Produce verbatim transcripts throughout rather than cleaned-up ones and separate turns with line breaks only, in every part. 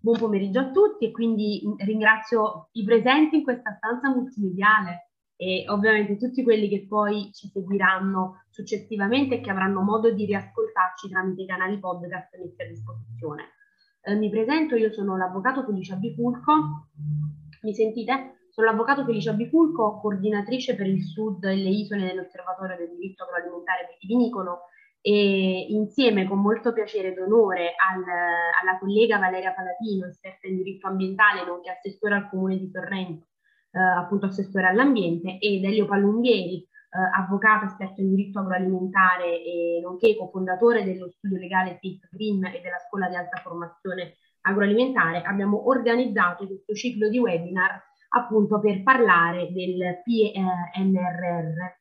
Buon pomeriggio a tutti e quindi ringrazio i presenti in questa stanza multimediale e ovviamente tutti quelli che poi ci seguiranno successivamente e che avranno modo di riascoltarci tramite i canali podcast messi a disposizione. Eh, mi presento, io sono l'avvocato Felicia Bifulco, mi sentite? Sono l'avvocato Felicia Bifulco, coordinatrice per il Sud e le isole dell'Osservatorio del diritto agroalimentare vitivinicolo e insieme con molto piacere ed onore al, alla collega Valeria Palatino, esperta in diritto ambientale, nonché assessore al Comune di Sorrento, eh, appunto assessore all'ambiente, ed Elio Pallunghieri, eh, avvocato esperto in diritto agroalimentare e nonché cofondatore dello studio legale Safe Green e della scuola di alta formazione agroalimentare, abbiamo organizzato questo ciclo di webinar appunto per parlare del P N R R.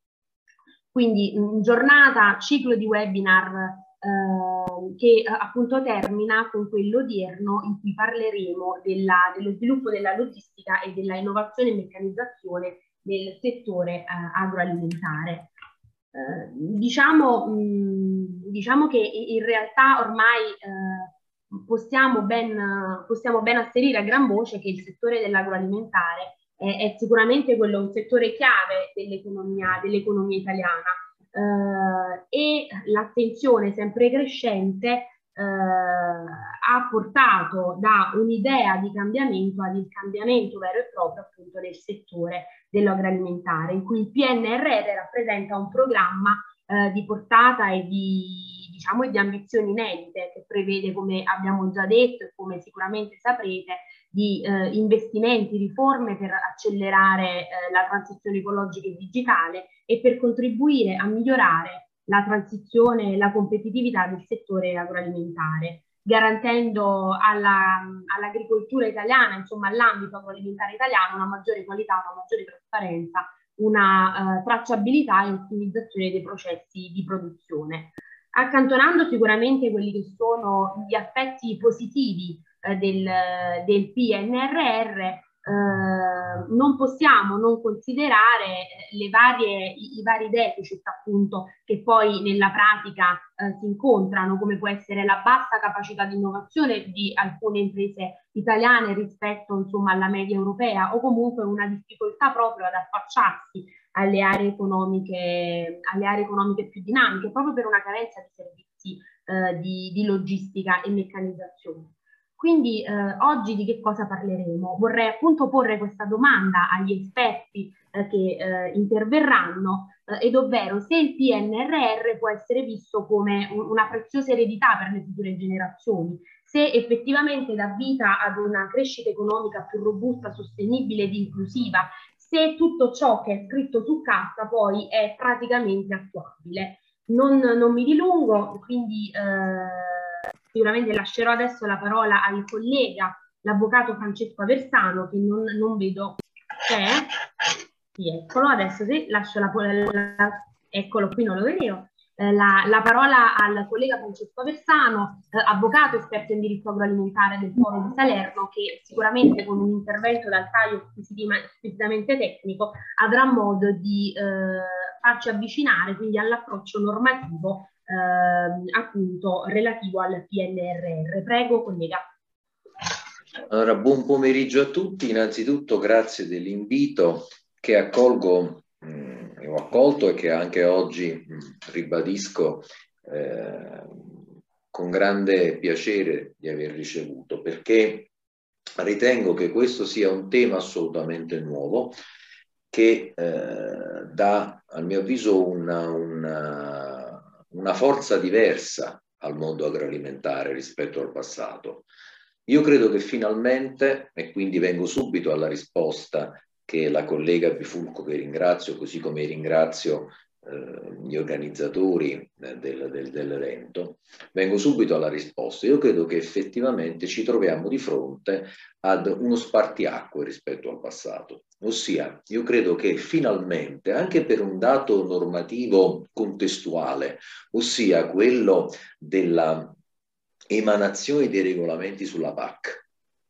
Quindi in giornata, ciclo di webinar eh, che eh, appunto termina con quello odierno in cui parleremo della, dello sviluppo della logistica e della innovazione e meccanizzazione nel settore eh, agroalimentare. Eh, diciamo, mh, diciamo che in realtà ormai eh, possiamo, ben, possiamo ben asserire a gran voce che il settore dell'agroalimentare è sicuramente quello un settore chiave dell'economia dell'economia italiana eh, e l'attenzione sempre crescente eh, ha portato da un'idea di cambiamento ad il cambiamento vero e proprio appunto nel settore dell'agroalimentare, in cui il P N R R rappresenta un programma eh, di portata e di, diciamo, e di ambizioni inedite, che prevede, come abbiamo già detto e come sicuramente saprete, di eh, investimenti, riforme per accelerare eh, la transizione ecologica e digitale e per contribuire a migliorare la transizione e la competitività del settore agroalimentare, garantendo all'agricoltura all italiana, insomma all'ambito agroalimentare italiano, una maggiore qualità, una maggiore trasparenza, una eh, tracciabilità e ottimizzazione dei processi di produzione. Accantonando sicuramente quelli che sono gli aspetti positivi eh, del, del P N R R, eh, non possiamo non considerare le varie, i, i vari deficit appunto che poi nella pratica eh, si incontrano, come può essere la bassa capacità di innovazione di alcune imprese italiane rispetto insomma alla media europea, o comunque una difficoltà proprio ad affacciarsi alle aree economiche, alle aree economiche più dinamiche, proprio per una carenza di servizi eh, di, di logistica e meccanizzazione. Quindi eh, oggi di che cosa parleremo? Vorrei appunto porre questa domanda agli esperti eh, che eh, interverranno, eh, ed ovvero se il P N R R può essere visto come un, una preziosa eredità per le future generazioni, se effettivamente dà vita ad una crescita economica più robusta, sostenibile ed inclusiva, se tutto ciò che è scritto su carta poi è praticamente attuabile. Non, non mi dilungo, quindi eh, sicuramente lascerò adesso la parola al collega, l'avvocato Francesco Aversano, che non, non vedo c'è. Sì, eccolo, adesso sì, lascio la, la eccolo qui, non lo vedevo. Eh, la, la parola al collega Francesco Aversano, eh, avvocato esperto in diritto agroalimentare del Foro di Salerno, che sicuramente con un intervento dal taglio squisitamente tecnico avrà modo di eh, farci avvicinare quindi all'approccio normativo eh, appunto relativo al P N R R. Prego, collega.
Allora, buon pomeriggio a tutti. Innanzitutto grazie dell'invito che accolgo e ho accolto e che anche oggi mh, ribadisco eh, con grande piacere di aver ricevuto, perché ritengo che questo sia un tema assolutamente nuovo che eh, dà, a mio avviso, una, una, una forza diversa al mondo agroalimentare rispetto al passato. Io credo che finalmente, e quindi vengo subito alla risposta che la collega Bifulco, che ringrazio, così come ringrazio eh, gli organizzatori eh, del, del, dell'evento, vengo subito alla risposta. Io credo che effettivamente ci troviamo di fronte ad uno spartiacque rispetto al passato. Ossia, io credo che finalmente, anche per un dato normativo contestuale, ossia quello della emanazione dei regolamenti sulla P A C,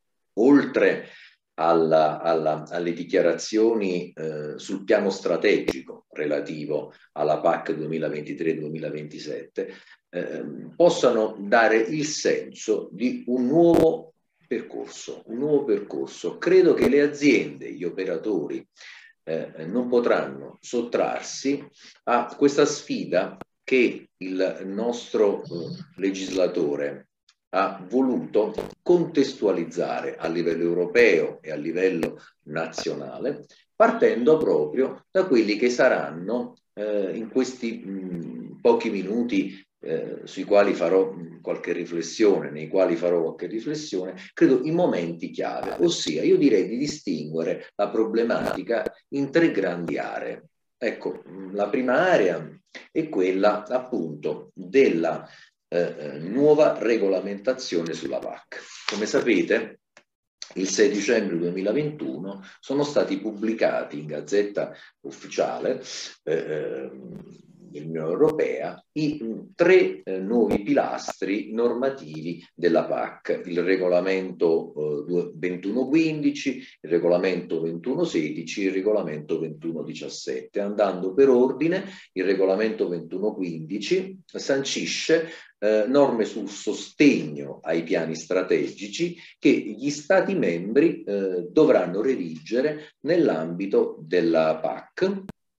oltre Alla, alla, alle dichiarazioni eh, sul piano strategico relativo alla P A C duemilaventitré duemilaventisette, eh, possano dare il senso di un nuovo percorso, un nuovo percorso. Credo che le aziende, gli operatori eh, non potranno sottrarsi a questa sfida che il nostro eh, legislatore ha voluto contestualizzare a livello europeo e a livello nazionale, partendo proprio da quelli che saranno eh, in questi mh, pochi minuti eh, sui quali farò mh, qualche riflessione, nei quali farò qualche riflessione, credo i momenti chiave, ossia io direi di distinguere la problematica in tre grandi aree. Ecco, la prima area è quella appunto della Eh, nuova regolamentazione sulla P A C. Come sapete, il sei dicembre duemilaventuno sono stati pubblicati in Gazzetta Ufficiale eh, dell'Unione Europea i mh, tre eh, nuovi pilastri normativi della P A C, il regolamento eh, ventuno quindici, il regolamento ventuno sedici, il regolamento ventuno diciassette. Andando per ordine, il regolamento ventuno quindici sancisce Eh, norme sul sostegno ai piani strategici che gli Stati membri eh, dovranno redigere nell'ambito della P A C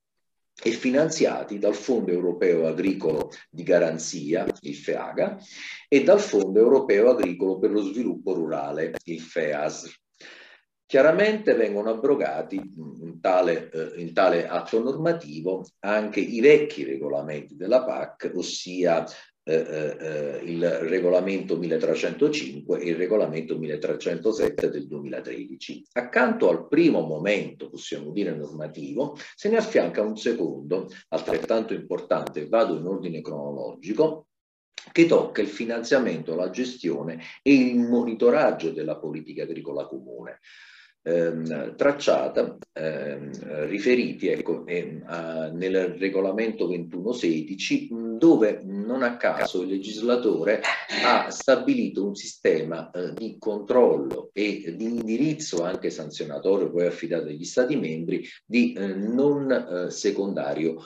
e finanziati dal Fondo Europeo Agricolo di Garanzia, il FEAGA, e dal Fondo Europeo Agricolo per lo Sviluppo Rurale, il FEASR. Chiaramente vengono abrogati in tale, eh, in tale atto normativo anche i vecchi regolamenti della P A C, ossia Eh, eh, il regolamento milletrecentocinque e il regolamento milletrecentosette del duemilatredici. Accanto al primo momento, possiamo dire, normativo, se ne affianca un secondo, altrettanto importante, vado in ordine cronologico, che tocca il finanziamento, la gestione e il monitoraggio della politica agricola comune. Ehm, tracciata, ehm, riferiti ecco, eh, a, nel regolamento ventuno sedici, dove non a caso il legislatore ha stabilito un sistema eh, di controllo e di indirizzo anche sanzionatorio poi affidato agli Stati membri di eh, non eh, secondario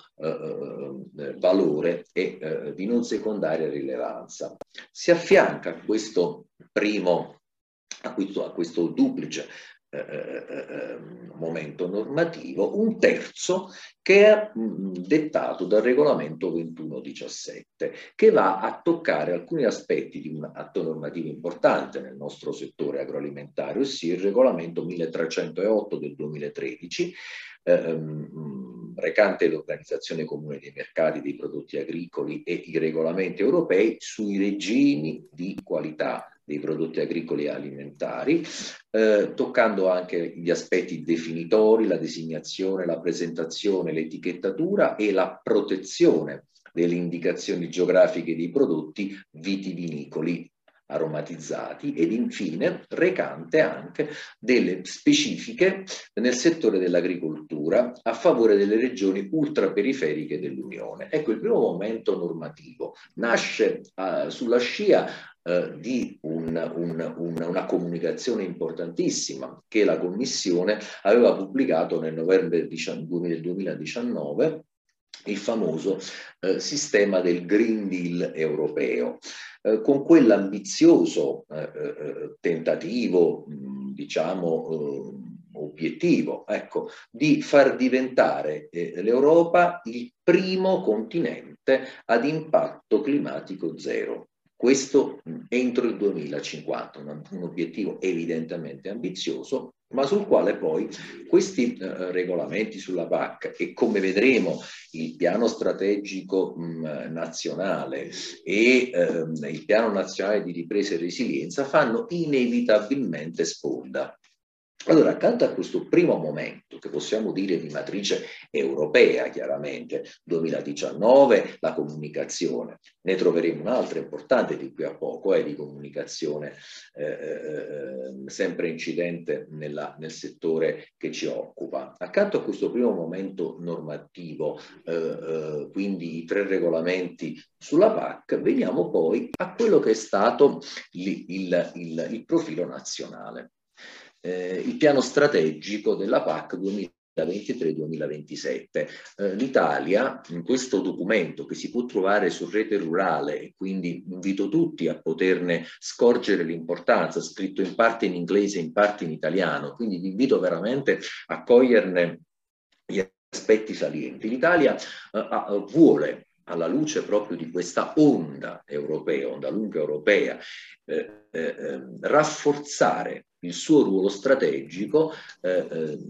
eh, valore e eh, di non secondaria rilevanza. Si affianca a questo primo, a questo, a questo duplice Eh, eh, momento normativo, un terzo che è mh, dettato dal regolamento ventuno diciassette, che va a toccare alcuni aspetti di un atto normativo importante nel nostro settore agroalimentare, ossia il regolamento milletrecentootto del duemilatredici, ehm, recante l'organizzazione comune dei mercati dei prodotti agricoli e i regolamenti europei sui regimi di qualità dei prodotti agricoli e alimentari, eh, toccando anche gli aspetti definitori, la designazione, la presentazione, l'etichettatura e la protezione delle indicazioni geografiche dei prodotti vitivinicoli aromatizzati ed infine recante anche delle specifiche nel settore dell'agricoltura a favore delle regioni ultraperiferiche dell'Unione. Ecco, il primo momento normativo nasce uh, sulla scia uh, di un, un, un, una comunicazione importantissima che la Commissione aveva pubblicato nel novembre duemiladiciannove, il famoso eh, sistema del Green Deal europeo, eh, con quell'ambizioso eh, eh, tentativo, mh, diciamo, eh, obiettivo, ecco, di far diventare eh, l'Europa il primo continente ad impatto climatico zero. Questo entro il duemilacinquanta, un, un obiettivo evidentemente ambizioso, ma sul quale poi questi eh, regolamenti sulla P A C e, come vedremo, il piano strategico mh, nazionale e eh, il piano nazionale di ripresa e resilienza fanno inevitabilmente sponda. Allora, accanto a questo primo momento, che possiamo dire di matrice europea, chiaramente, duemiladiciannove, la comunicazione, ne troveremo un'altra importante di qui a poco, è eh, di comunicazione eh, eh, sempre incidente nella, nel settore che ci occupa. Accanto a questo primo momento normativo, eh, eh, quindi i tre regolamenti sulla P A C, veniamo poi a quello che è stato il, il, il, il profilo nazionale. Eh, il piano strategico della P A C duemilaventitré duemilaventisette. Eh, L'Italia, in questo documento che si può trovare su Rete Rurale, e quindi invito tutti a poterne scorgere l'importanza, scritto in parte in inglese e in parte in italiano, quindi vi invito veramente a coglierne gli aspetti salienti. L'Italia eh, vuole, alla luce proprio di questa onda europea, onda lunga europea, eh, eh, rafforzare il suo ruolo strategico eh, eh,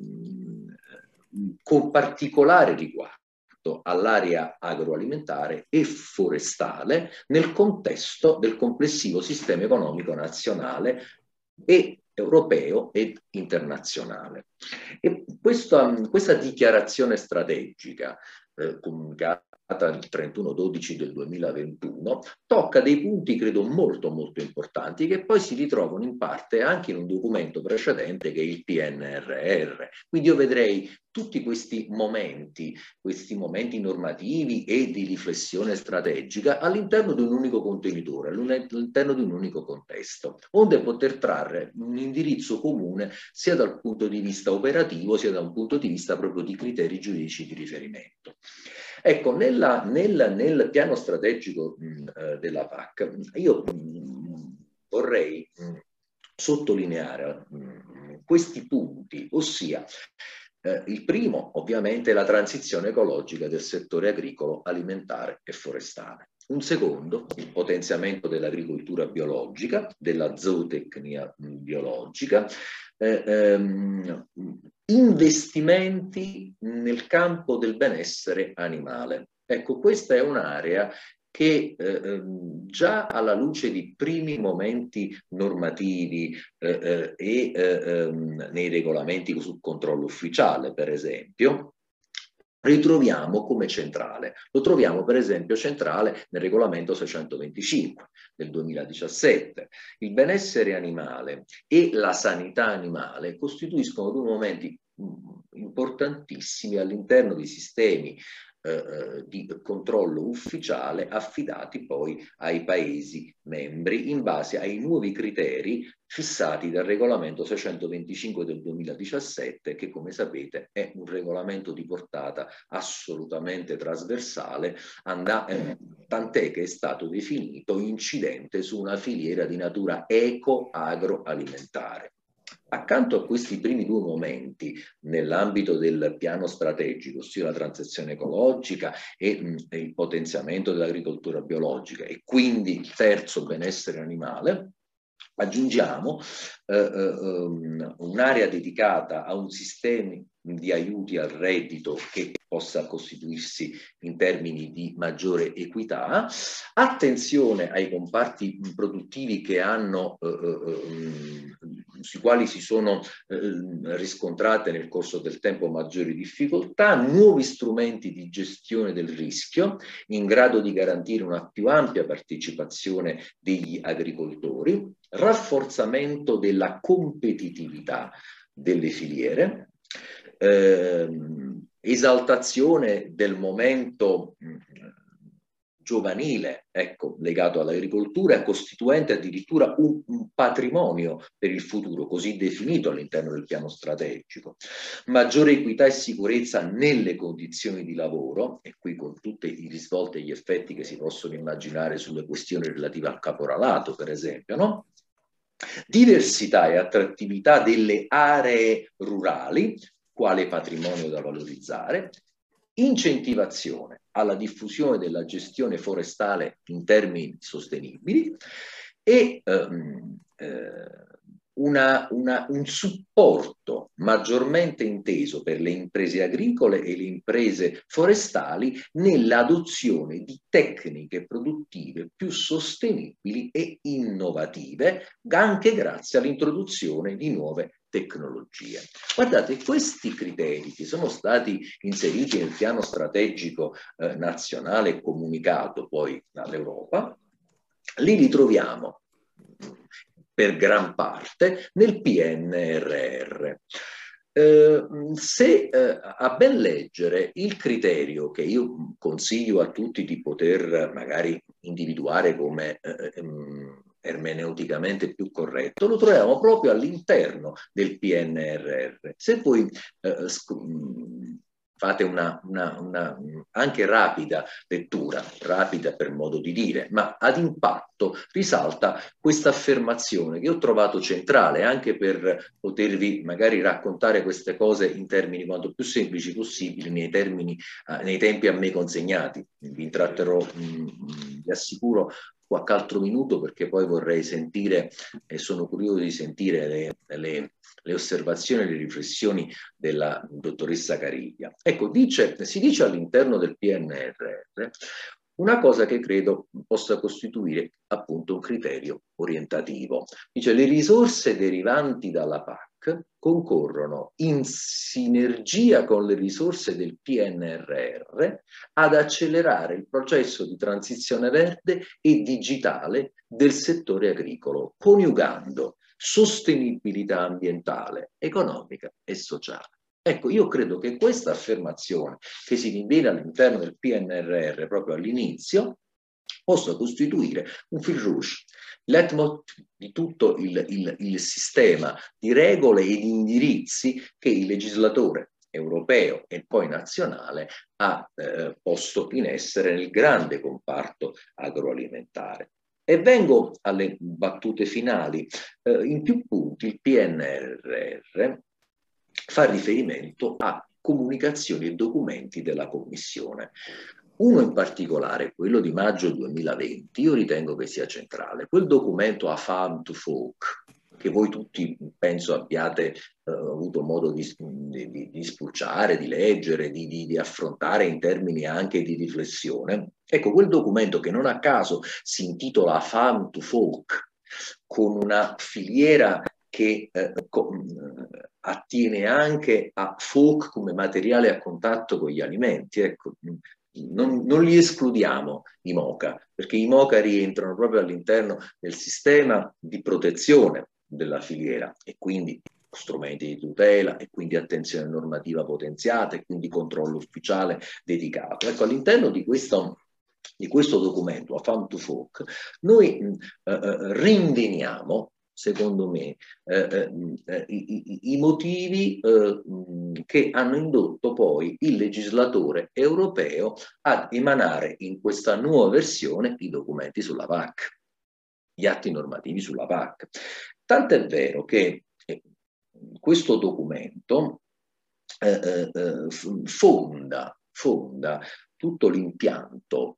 con particolare riguardo all'area agroalimentare e forestale nel contesto del complessivo sistema economico nazionale e europeo ed internazionale. E questa, questa dichiarazione strategica eh, comunicata il trentuno dodici del duemilaventuno tocca dei punti credo molto molto importanti che poi si ritrovano in parte anche in un documento precedente che è il P N R R. Quindi io vedrei tutti questi momenti, questi momenti normativi e di riflessione strategica all'interno di un unico contenitore, all'interno di un unico contesto, onde poter trarre un indirizzo comune sia dal punto di vista operativo sia da un punto di vista proprio di criteri giuridici di riferimento. Ecco, nella, nel, nel piano strategico mh, della P A C io mh, vorrei mh, sottolineare mh, questi punti, ossia eh, il primo ovviamente è la transizione ecologica del settore agricolo, alimentare e forestale. Un secondo, il potenziamento dell'agricoltura biologica, della zootecnia biologica, eh, ehm, investimenti nel campo del benessere animale. Ecco, questa è un'area che eh, già alla luce di primi momenti normativi eh, e eh, nei regolamenti sul controllo ufficiale, per esempio, ritroviamo come centrale. Lo troviamo per esempio centrale nel regolamento seicentoventicinque del duemiladiciassette. Il benessere animale e la sanità animale costituiscono due momenti importantissimi all'interno di sistemi eh, di controllo ufficiale affidati poi ai Paesi membri in base ai nuovi criteri fissati dal regolamento seicentoventicinque del duemiladiciassette, che come sapete è un regolamento di portata assolutamente trasversale, eh, tant'è che è stato definito incidente su una filiera di natura eco-agroalimentare. Accanto a questi primi due momenti nell'ambito del piano strategico, ossia la transizione ecologica e, mh, e il potenziamento dell'agricoltura biologica, e quindi il terzo, benessere animale, aggiungiamo eh, eh, un'area dedicata a un sistema di aiuti al reddito che possa costituirsi in termini di maggiore equità, attenzione ai comparti produttivi che hanno, eh, eh, sui quali si sono eh, riscontrate nel corso del tempo maggiori difficoltà, nuovi strumenti di gestione del rischio in grado di garantire una più ampia partecipazione degli agricoltori, rafforzamento della competitività delle filiere, ehm, esaltazione del momento mh, giovanile, ecco, legato all'agricoltura, costituente addirittura un, un patrimonio per il futuro, così definito all'interno del piano strategico. Maggiore equità e sicurezza nelle condizioni di lavoro, e qui con tutti i risvolti e gli effetti che si possono immaginare sulle questioni relative al caporalato, per esempio, no? Diversità e attrattività delle aree rurali, quale patrimonio da valorizzare, incentivazione alla diffusione della gestione forestale in termini sostenibili e ehm, eh, una, una, un supporto maggiormente inteso per le imprese agricole e le imprese forestali nell'adozione di tecniche produttive più sostenibili e innovative, anche grazie all'introduzione di nuove tecnologie. Guardate, questi criteri che sono stati inseriti nel piano strategico eh, nazionale e comunicato poi dall'Europa, li ritroviamo per gran parte nel P N R R. Eh, se eh, a ben leggere il criterio che io consiglio a tutti di poter magari individuare come eh, ermeneuticamente più corretto, lo troviamo proprio all'interno del P N R R. Se voi eh, fate una, una, una anche rapida lettura, rapida per modo di dire, ma ad impatto risalta questa affermazione che ho trovato centrale anche per potervi magari raccontare queste cose in termini quanto più semplici possibili, nei, termini, eh, nei tempi a me consegnati. Vi intratterò, mh, vi assicuro, qualche altro minuto, perché poi vorrei sentire e sono curioso di sentire le, le, le osservazioni e le riflessioni della dottoressa Cariglia. Ecco, dice, si dice all'interno del P N R R una cosa che credo possa costituire appunto un criterio orientativo. Dice: le risorse derivanti dalla P A C concorrono in sinergia con le risorse del P N R R ad accelerare il processo di transizione verde e digitale del settore agricolo, coniugando sostenibilità ambientale, economica e sociale. Ecco, io credo che questa affermazione che si rinviene all'interno del P N R R proprio all'inizio possa costituire un fil rouge, leitmotiv di tutto il, il, il sistema di regole e di indirizzi che il legislatore europeo e poi nazionale ha eh, posto in essere nel grande comparto agroalimentare. E vengo alle battute finali. Eh, in più punti il P N R R fa riferimento a comunicazioni e documenti della Commissione. Uno in particolare, quello di maggio duemilaventi, io ritengo che sia centrale. Quel documento A Farm to Fork, che voi tutti penso abbiate eh, avuto modo di, di, di spulciare, di leggere, di, di, di affrontare in termini anche di riflessione. Ecco, quel documento che non a caso si intitola A Farm to Fork, con una filiera che eh, attiene anche a folk come materiale a contatto con gli alimenti. Ecco, non, non li escludiamo i MOCA, perché i MOCA rientrano proprio all'interno del sistema di protezione della filiera e quindi strumenti di tutela e quindi attenzione normativa potenziata e quindi controllo ufficiale dedicato. Ecco, all'interno di questo di questo documento, A Farm to Fork, noi eh, rinveniamo, secondo me, eh, eh, i, i motivi eh, che hanno indotto poi il legislatore europeo ad emanare in questa nuova versione i documenti sulla P A C, gli atti normativi sulla P A C. Tant'è vero che eh, questo documento eh, eh, fonda, fonda tutto l'impianto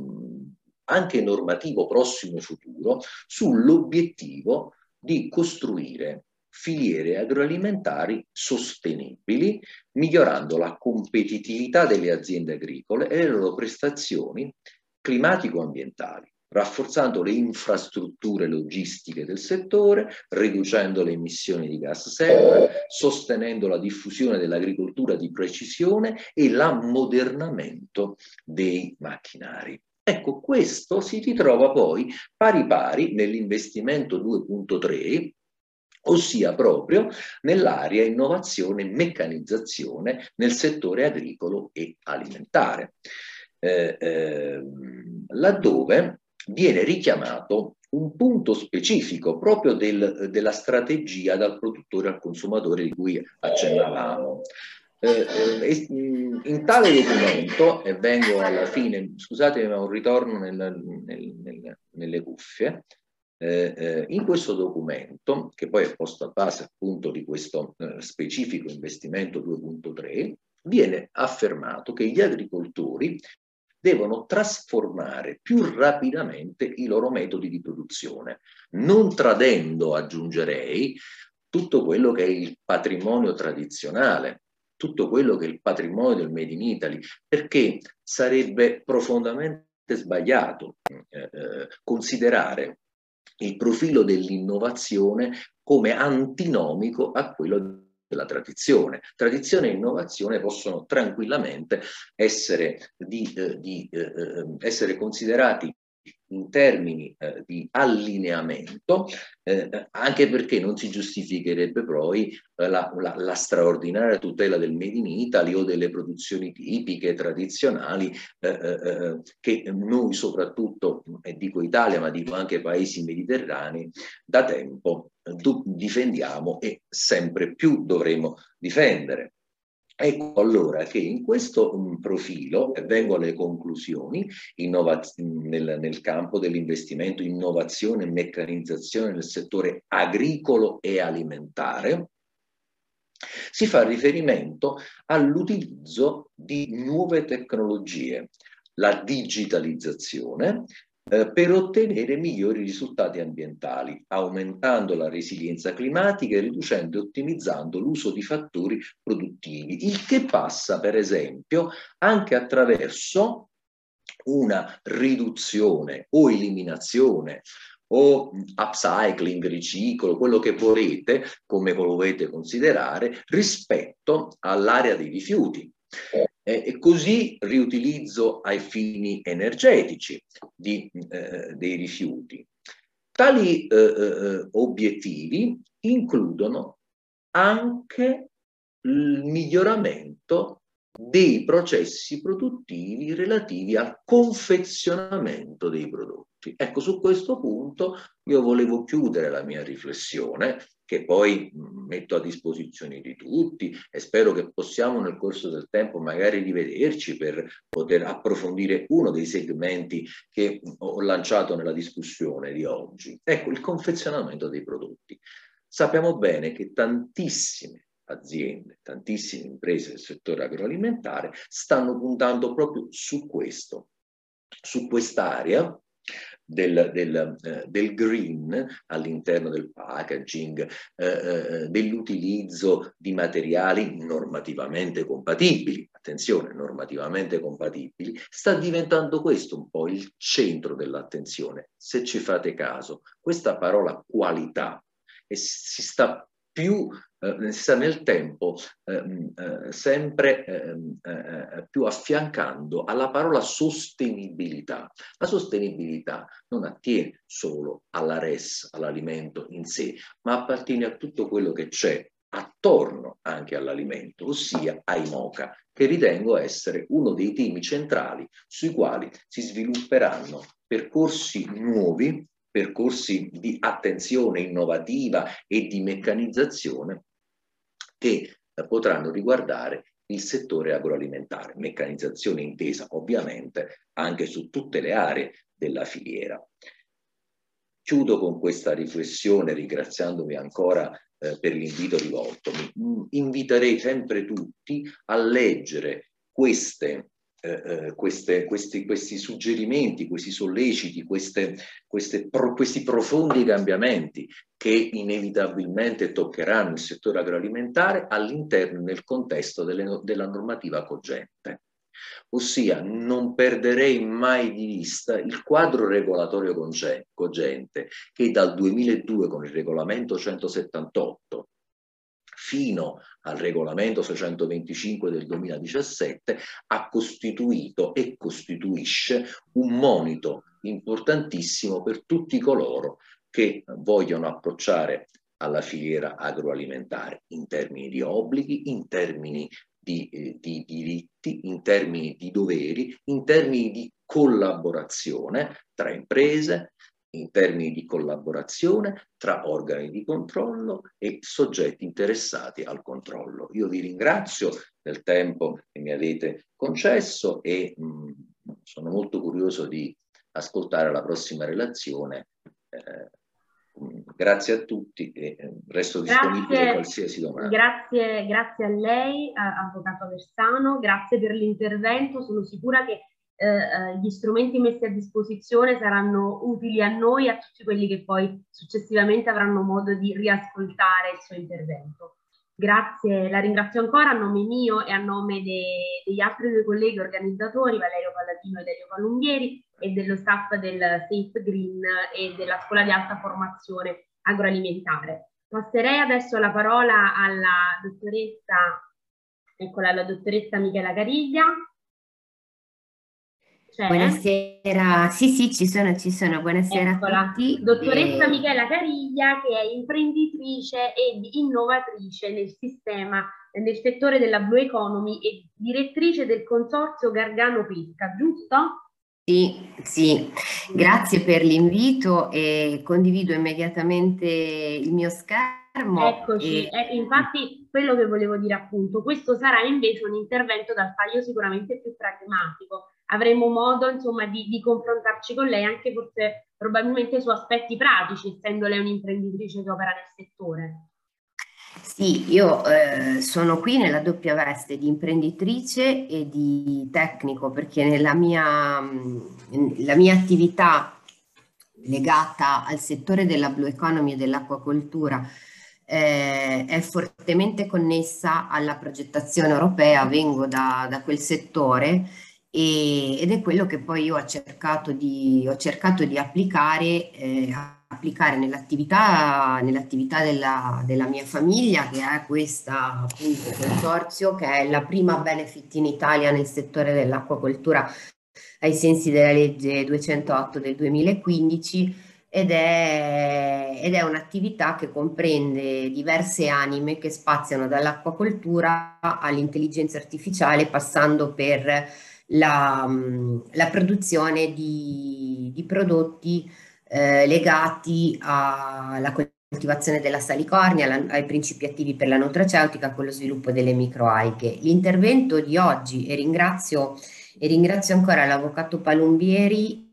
anche normativo prossimo e futuro sull'obiettivo di costruire filiere agroalimentari sostenibili, migliorando la competitività delle aziende agricole e le loro prestazioni climatico-ambientali, rafforzando le infrastrutture logistiche del settore, riducendo le emissioni di gas serra, sostenendo la diffusione dell'agricoltura di precisione e l'ammodernamento dei macchinari. Ecco, questo si ritrova poi pari pari nell'investimento due punto tre, ossia proprio nell'area innovazione e meccanizzazione nel settore agricolo e alimentare, eh, eh, laddove viene richiamato un punto specifico proprio del, della strategia dal produttore al consumatore di cui accennavamo. Eh, eh, in tale documento, e vengo alla fine, scusatemi ma un ritorno nel, nel, nel, nelle cuffie, eh, eh, in questo documento, che poi è posto a base appunto di questo eh, specifico investimento due punto tre, viene affermato che gli agricoltori devono trasformare più rapidamente i loro metodi di produzione, non tradendo, aggiungerei, tutto quello che è il patrimonio tradizionale, tutto quello che è il patrimonio del Made in Italy, perché sarebbe profondamente sbagliato eh, eh, considerare il profilo dell'innovazione come antinomico a quello della tradizione. Tradizione e innovazione possono tranquillamente essere, di, eh, di, eh, essere considerati in termini eh, di allineamento, eh, anche perché non si giustificherebbe poi eh, la, la, la straordinaria tutela del Made in Italy o delle produzioni tipiche, tradizionali, eh, eh, che noi soprattutto, e dico Italia ma dico anche paesi mediterranei, da tempo eh, difendiamo e sempre più dovremo difendere. Ecco allora che in questo um, profilo, e vengo alle conclusioni, nel, nel campo dell'investimento, innovazione e meccanizzazione nel settore agricolo e alimentare, si fa riferimento all'utilizzo di nuove tecnologie, la digitalizzazione, Eh, per ottenere migliori risultati ambientali, aumentando la resilienza climatica e riducendo e ottimizzando l'uso di fattori produttivi, il che passa per esempio anche attraverso una riduzione o eliminazione o upcycling, riciclo, quello che volete, come volete considerare, rispetto all'area dei rifiuti. Eh, e così riutilizzo ai fini energetici di, eh, dei rifiuti. Tali eh, eh, obiettivi includono anche il miglioramento dei processi produttivi relativi al confezionamento dei prodotti. Ecco, su questo punto io volevo chiudere la mia riflessione, che poi metto a disposizione di tutti e spero che possiamo nel corso del tempo magari rivederci per poter approfondire uno dei segmenti che ho lanciato nella discussione di oggi. Ecco, il confezionamento dei prodotti. Sappiamo bene che tantissime aziende, tantissime imprese del settore agroalimentare stanno puntando proprio su questo, su quest'area del, del, eh, del green all'interno del packaging, eh, eh, dell'utilizzo di materiali normativamente compatibili, attenzione, normativamente compatibili, sta diventando questo un po' il centro dell'attenzione. Se ci fate caso, questa parola qualità e si sta più eh, sta nel tempo eh, eh, sempre eh, eh, più affiancando alla parola sostenibilità. La sostenibilità non attiene solo alla res, all'alimento in sé, ma appartiene a tutto quello che c'è attorno anche all'alimento, ossia ai MOCA, che ritengo essere uno dei temi centrali sui quali si svilupperanno percorsi nuovi, percorsi di attenzione innovativa e di meccanizzazione che eh, potranno riguardare il settore agroalimentare, meccanizzazione intesa ovviamente anche su tutte le aree della filiera. Chiudo con questa riflessione ringraziandovi ancora eh, per l'invito rivolto. Mi inviterei sempre tutti a leggere queste Eh, queste, questi, questi suggerimenti, questi solleciti, queste, queste pro, questi profondi cambiamenti che inevitabilmente toccheranno il settore agroalimentare all'interno nel contesto delle, della normativa cogente. Ossia, non perderei mai di vista il quadro regolatorio cogente che dal duemiladue con il regolamento centosettantotto fino al regolamento seicentoventicinque del duemiladiciassette ha costituito e costituisce un monito importantissimo per tutti coloro che vogliono approcciare alla filiera agroalimentare in termini di obblighi, in termini di, eh, di diritti, in termini di doveri, in termini di collaborazione tra imprese, in termini di collaborazione tra organi di controllo e soggetti interessati al controllo. Io vi ringrazio del tempo che mi avete concesso e mh, sono molto curioso di ascoltare la prossima relazione. Eh, grazie a tutti e resto disponibile a qualsiasi domanda.
Grazie, grazie a lei, avvocato Aversano, grazie per l'intervento. Sono sicura che Eh, gli strumenti messi a disposizione saranno utili a noi e a tutti quelli che poi successivamente avranno modo di riascoltare il suo intervento. Grazie, la ringrazio ancora a nome mio e a nome de, degli altri due colleghi organizzatori, Valerio Palladino e Dario Palunghieri, e dello staff del Safe Green e della Scuola di Alta Formazione Agroalimentare. Passerei adesso la parola alla dottoressa, eccola, la dottoressa Michela Cariglia. C'è?
Buonasera, sì sì ci sono, ci sono, buonasera a
Eccola,
tutti.
dottoressa
Eh,
Michela Cariglia, che è imprenditrice ed innovatrice nel sistema, nel settore della Blue Economy e direttrice del consorzio Gargano Pesca, giusto?
sì, sì, grazie per l'invito e condivido immediatamente il mio schermo.
Eccoci,
E,
e infatti quello che volevo dire appunto, questo sarà invece un intervento dal taglio sicuramente più pragmatico. Avremo modo insomma di, di confrontarci con lei anche forse probabilmente su aspetti pratici, essendo lei un'imprenditrice che opera nel settore.
Sì, io eh, sono qui nella doppia veste di imprenditrice e di tecnico perché nella mia, mh, la mia attività legata al settore della blue economy e dell'acquacoltura eh, è fortemente connessa alla progettazione europea, vengo da, da quel settore e- ed è quello che poi io ho cercato di, ho cercato di applicare, eh, applicare nell'attività nell'attività della, della mia famiglia, che è questa appunto consorzio, che è la prima benefit in Italia nel settore dell'acquacoltura ai sensi della legge duecentootto del duemilaquindici. Ed è, ed è un'attività che comprende diverse anime che spaziano dall'acquacoltura all'intelligenza artificiale, passando per la, mh, la produzione di, di prodotti eh, legati alla coltivazione della salicornia, alla- ai principi attivi per la nutraceutica con lo sviluppo delle microalghe. L'intervento di oggi, e ringrazio, e ringrazio ancora l'avvocato Palumbieri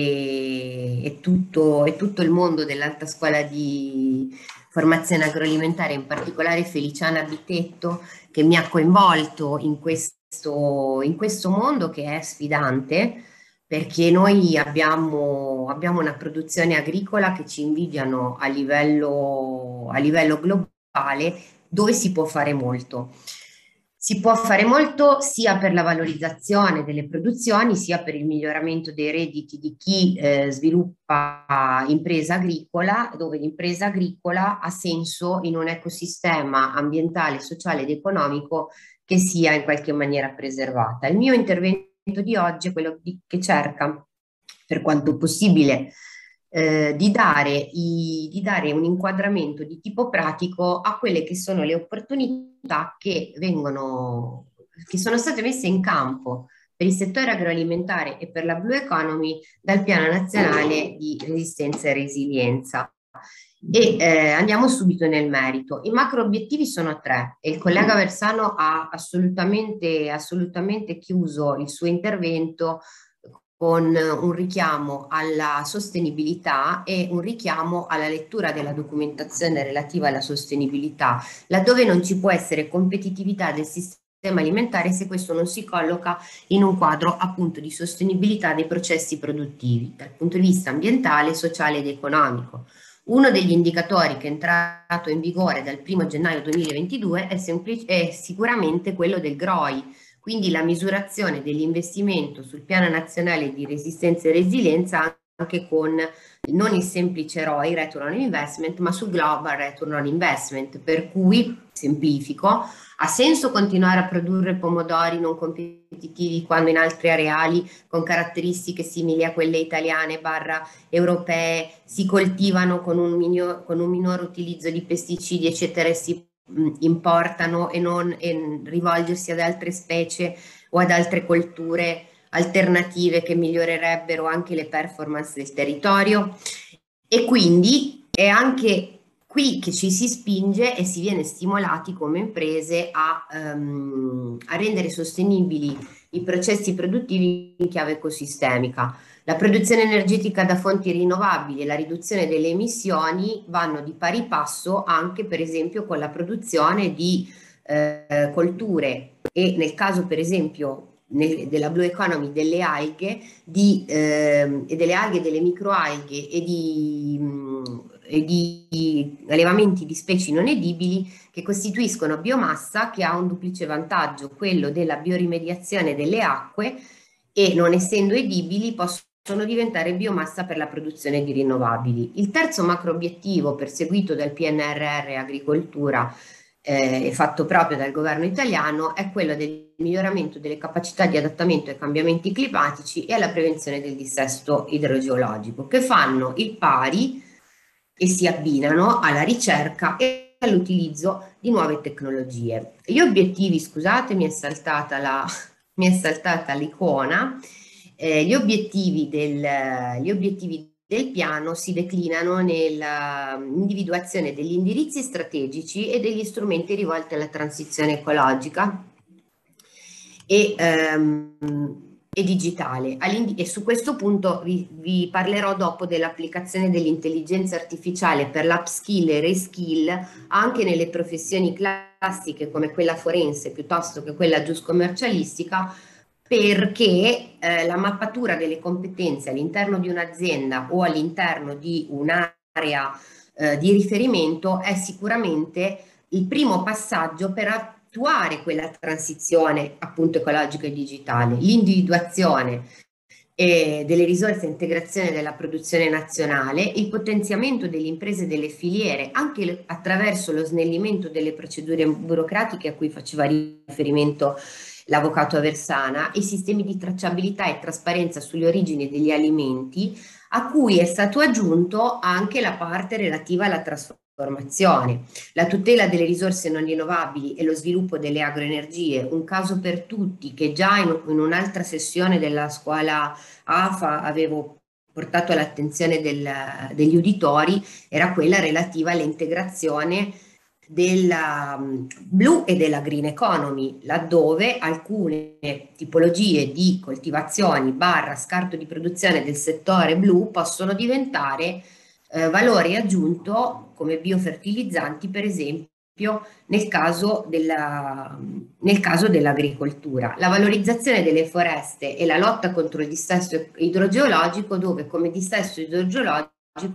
e, e tutto, e tutto il mondo dell'Alta Scuola di Formazione Agroalimentare, in particolare Feliciana Bitetto, che mi ha coinvolto in questo, in questo mondo che è sfidante, perché noi abbiamo, abbiamo una produzione agricola che ci invidiano a livello, a livello globale, dove si può fare molto. Si può fare molto sia per la valorizzazione delle produzioni, sia per il miglioramento dei redditi di chi eh, sviluppa impresa agricola, dove l'impresa agricola ha senso in un ecosistema ambientale, sociale ed economico che sia in qualche maniera preservata. Il mio intervento di oggi è quello di- che cerca, per quanto possibile, eh, di dare, i- di dare un inquadramento di tipo pratico a quelle che sono le opportunità che vengono, che sono state messe in campo per il settore agroalimentare e per la Blue Economy dal Piano Nazionale di Resistenza e Resilienza. E eh, andiamo subito nel merito. I macro obiettivi sono tre e il collega Versano ha assolutamente, assolutamente chiuso il suo intervento con un richiamo alla sostenibilità e un richiamo alla lettura della documentazione relativa alla sostenibilità, laddove non ci può essere competitività del sistema alimentare se questo non si colloca in un quadro appunto di sostenibilità dei processi produttivi dal punto di vista ambientale, sociale ed economico. Uno degli indicatori che è entrato in vigore dal primo gennaio duemilaventidue è, è sicuramente quello del G R O I, quindi la misurazione dell'investimento sul piano nazionale di resistenza e resilienza anche con non il semplice R O I, Return on Investment, ma sul Global Return on Investment, per cui, semplifico, ha senso continuare a produrre pomodori non competitivi quando in altri areali con caratteristiche simili a quelle italiane barra europee si coltivano con un, minor, con un minor utilizzo di pesticidi eccetera e si mh, importano e non e rivolgersi ad altre specie o ad altre colture alternative che migliorerebbero anche le performance del territorio. E quindi è anche qui che ci si spinge e si viene stimolati come imprese a, um, a rendere sostenibili i processi produttivi in chiave ecosistemica. La produzione energetica da fonti rinnovabili e la riduzione delle emissioni vanno di pari passo anche per esempio con la produzione di eh, colture e nel caso per esempio nel, della Blue Economy delle alghe di, eh, e delle alghe, delle microalghe e di, mh, e di allevamenti di specie non edibili che costituiscono biomassa che ha un duplice vantaggio, quello della biorimediazione delle acque e non essendo edibili possono diventare biomassa per la produzione di rinnovabili. Il terzo macro obiettivo perseguito dal P N R R Agricoltura eh, fatto proprio dal governo italiano, è quello del miglioramento delle capacità di adattamento ai cambiamenti climatici e alla prevenzione del dissesto idrogeologico, che fanno il pari e si abbinano alla ricerca e all'utilizzo di nuove tecnologie. Gli obiettivi, scusate, mi è saltata la, mi è saltata l'icona, eh, gli obiettivi del, gli obiettivi del piano si declinano nell'individuazione degli indirizzi strategici e degli strumenti rivolti alla transizione ecologica e, ehm, e digitale. E su questo punto vi, vi parlerò dopo dell'applicazione dell'intelligenza artificiale per l'upskill e reskill anche nelle professioni classiche come quella forense piuttosto che quella giuscommercialistica, perché eh, la mappatura delle competenze all'interno di un'azienda o all'interno di un'area eh, di riferimento è sicuramente il primo passaggio per attuare quella transizione appunto ecologica e digitale, l'individuazione eh, delle risorse e integrazione della produzione nazionale, il potenziamento delle imprese e delle filiere anche attraverso lo snellimento delle procedure burocratiche a cui faceva riferimento l'avvocato Aversana, i sistemi di tracciabilità e trasparenza sulle origini degli alimenti, a cui è stato aggiunto anche la parte relativa alla trasformazione, la tutela delle risorse non rinnovabili e lo sviluppo delle agroenergie, un caso per tutti che già in, in un'altra sessione della scuola A F A avevo portato all'attenzione del, degli uditori, era quella relativa all'integrazione della um, blu e della green economy, laddove alcune tipologie di coltivazioni barra scarto di produzione del settore blu possono diventare eh, valore aggiunto come biofertilizzanti, per esempio nel caso della, nel caso dell'agricoltura. La valorizzazione delle foreste e la lotta contro il dissesto idrogeologico, dove come dissesto idrogeologico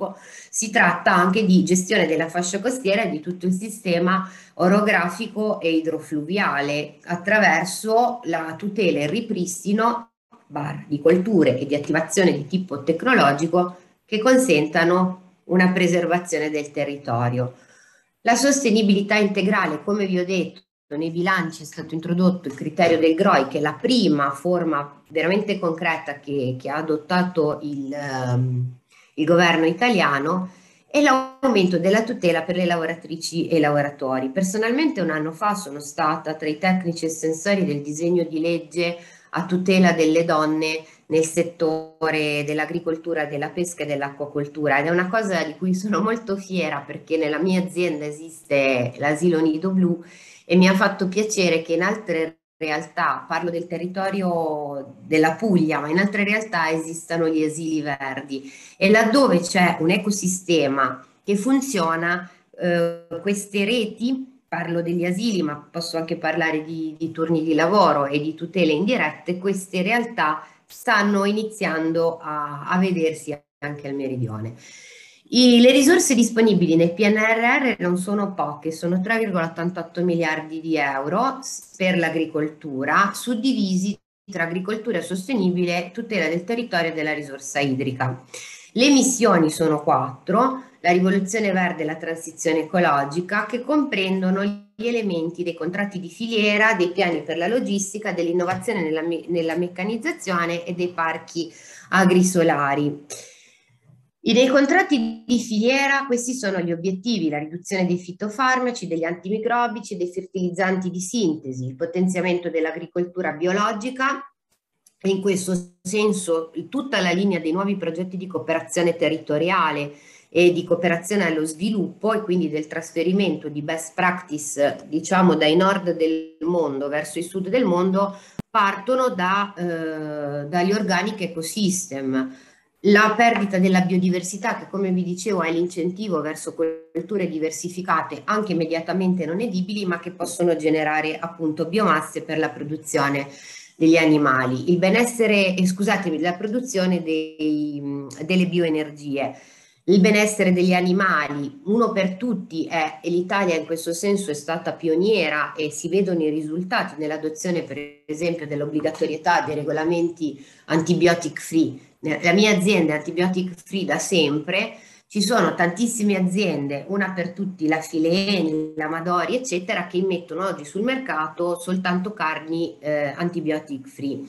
si tratta anche di gestione della fascia costiera e di tutto il sistema orografico e idrofluviale attraverso la tutela e il ripristino di colture e di attivazione di tipo tecnologico che consentano una preservazione del territorio. La sostenibilità integrale, come vi ho detto, nei bilanci è stato introdotto il criterio del G R O I, che è la prima forma veramente concreta che, che ha adottato il... Um, il governo italiano, e l'aumento della tutela per le lavoratrici e i lavoratori. Personalmente un anno fa sono stata tra i tecnici estensori del disegno di legge a tutela delle donne nel settore dell'agricoltura, della pesca e dell'acquacoltura, ed è una cosa di cui sono molto fiera, perché nella mia azienda esiste l'asilo Nido Blu e mi ha fatto piacere che in altre realtà, parlo del territorio della Puglia, ma in altre realtà esistano gli asili verdi, e laddove c'è un ecosistema che funziona, eh, queste reti, parlo degli asili ma posso anche parlare di, di turni di lavoro e di tutele indirette, queste realtà stanno iniziando a, a vedersi anche al meridione. I, le risorse disponibili nel P N R R non sono poche, sono tre virgola ottantotto miliardi di euro per l'agricoltura, suddivisi tra agricoltura sostenibile, tutela del territorio e della risorsa idrica. Le missioni sono quattro: la rivoluzione verde e la transizione ecologica, che comprendono gli elementi dei contratti di filiera, dei piani per la logistica, dell'innovazione nella, me nella meccanizzazione e dei parchi agrisolari. Nei contratti di filiera questi sono gli obiettivi: la riduzione dei fitofarmaci, degli antimicrobici, dei fertilizzanti di sintesi, il potenziamento dell'agricoltura biologica, e in questo senso tutta la linea dei nuovi progetti di cooperazione territoriale e di cooperazione allo sviluppo, e quindi del trasferimento di best practice, diciamo, dai nord del mondo verso il sud del mondo, partono da, eh, dagli organic ecosystem. La perdita della biodiversità, che come vi dicevo è l'incentivo verso colture diversificate anche immediatamente non edibili, ma che possono generare appunto biomasse per la produzione degli animali. Il benessere, eh, scusatemi, la produzione dei, delle bioenergie. Il benessere degli animali, uno per tutti è, e l'Italia in questo senso è stata pioniera e si vedono i risultati nell'adozione per esempio dell'obbligatorietà dei regolamenti antibiotic free. La mia azienda è antibiotic free da sempre, ci sono tantissime aziende, una per tutti la Fileni, la Madori, eccetera, che immettono oggi sul mercato soltanto carni eh, antibiotic free.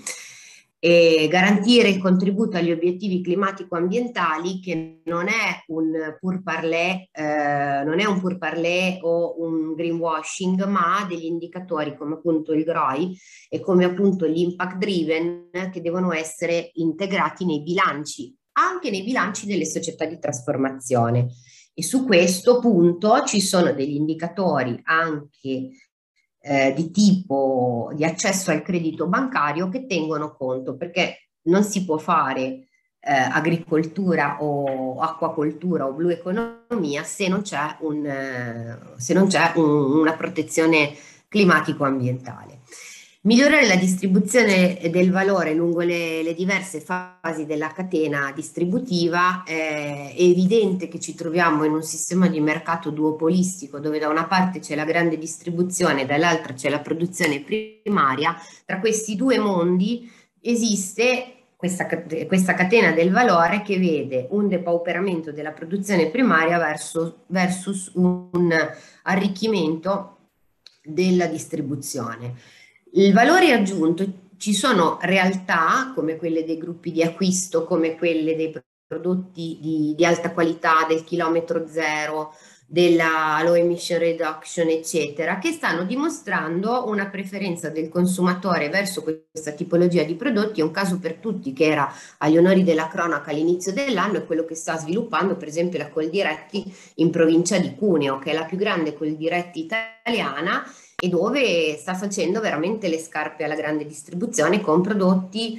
E garantire il contributo agli obiettivi climatico-ambientali, che non è un pur parler, eh, non è un pur parler o un greenwashing, ma ha degli indicatori come appunto il G R O I e come appunto l'impact driven, che devono essere integrati nei bilanci, anche nei bilanci delle società di trasformazione. E su questo punto ci sono degli indicatori anche eh, di tipo di accesso al credito bancario che tengono conto, perché non si può fare eh, agricoltura o acquacoltura o blu economia se non c'è un, eh, se non c'è un, una protezione climatico-ambientale. Migliorare la distribuzione del valore lungo le, le diverse fasi della catena distributiva. Eh, è evidente che ci troviamo in un sistema di mercato duopolistico, dove da una parte c'è la grande distribuzione, dall'altra c'è la produzione primaria. Tra questi due mondi esiste questa, questa catena del valore che vede un depauperamento della produzione primaria versus, versus un arricchimento della distribuzione. Il valore aggiunto, ci sono realtà come quelle dei gruppi di acquisto, come quelle dei prodotti di, di alta qualità, del chilometro zero, della low emission reduction, eccetera, che stanno dimostrando una preferenza del consumatore verso questa tipologia di prodotti. È un caso per tutti che era agli onori della cronaca all'inizio dell'anno, è quello che sta sviluppando per esempio la Coldiretti in provincia di Cuneo, che è la più grande Coldiretti italiana, e dove sta facendo veramente le scarpe alla grande distribuzione con prodotti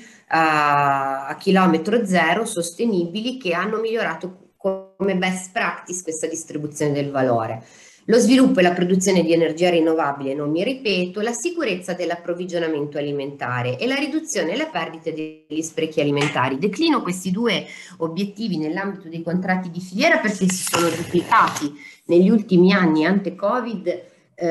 a, a chilometro zero sostenibili, che hanno migliorato come best practice questa distribuzione del valore. Lo sviluppo e la produzione di energia rinnovabile, non mi ripeto, la sicurezza dell'approvvigionamento alimentare e la riduzione e le perdite degli sprechi alimentari. Declino questi due obiettivi nell'ambito dei contratti di filiera perché si sono duplicati negli ultimi anni ante-Covid.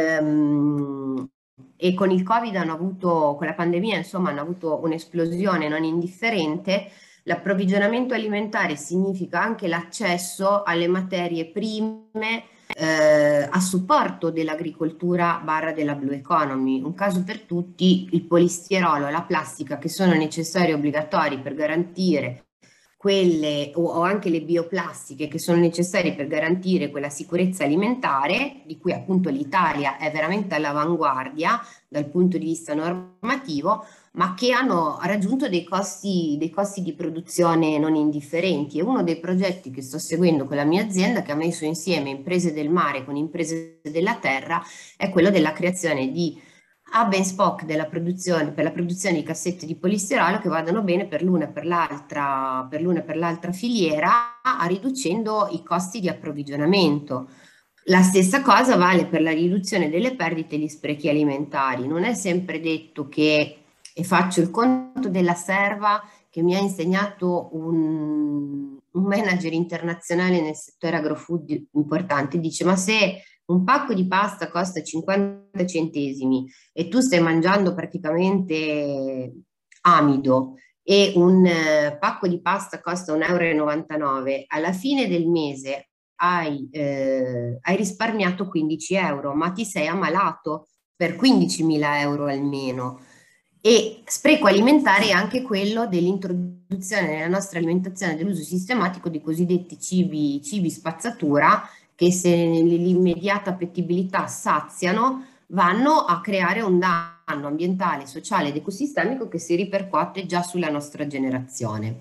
Um, e con il Covid hanno avuto, con la pandemia insomma, hanno avuto un'esplosione non indifferente. L'approvvigionamento alimentare significa anche l'accesso alle materie prime eh, a supporto dell'agricoltura barra della blue economy. Un caso per tutti, il polistirolo e la plastica, che sono necessari e obbligatori per garantire quelle, o, o anche le bioplastiche, che sono necessarie per garantire quella sicurezza alimentare, di cui appunto l'Italia è veramente all'avanguardia dal punto di vista normativo, ma che hanno raggiunto dei costi, dei costi di produzione non indifferenti. E uno dei progetti che sto seguendo con la mia azienda, che ha messo insieme imprese del mare con imprese della terra, è quello della creazione di hub and spoke della produzione, per la produzione di cassette di polistirolo che vadano bene per l'una e per l'altra, per l'una e per l'altra filiera, a riducendo i costi di approvvigionamento. La stessa cosa vale per la riduzione delle perdite e gli sprechi alimentari. Non è sempre detto che, e faccio il conto della serva che mi ha insegnato un, un manager internazionale nel settore agrofood importante, dice: ma se un pacco di pasta costa cinquanta centesimi e tu stai mangiando praticamente amido, e un eh, pacco di pasta costa un euro e novantanove, alla fine del mese hai, eh, hai risparmiato quindici euro, ma ti sei ammalato per quindicimila euro almeno. E spreco alimentare è anche quello dell'introduzione nella nostra alimentazione dell'uso sistematico di cosiddetti cibi, cibi spazzatura, che se nell'immediata appetibilità saziano, vanno a creare un danno ambientale, sociale ed ecosistemico che si ripercuote già sulla nostra generazione.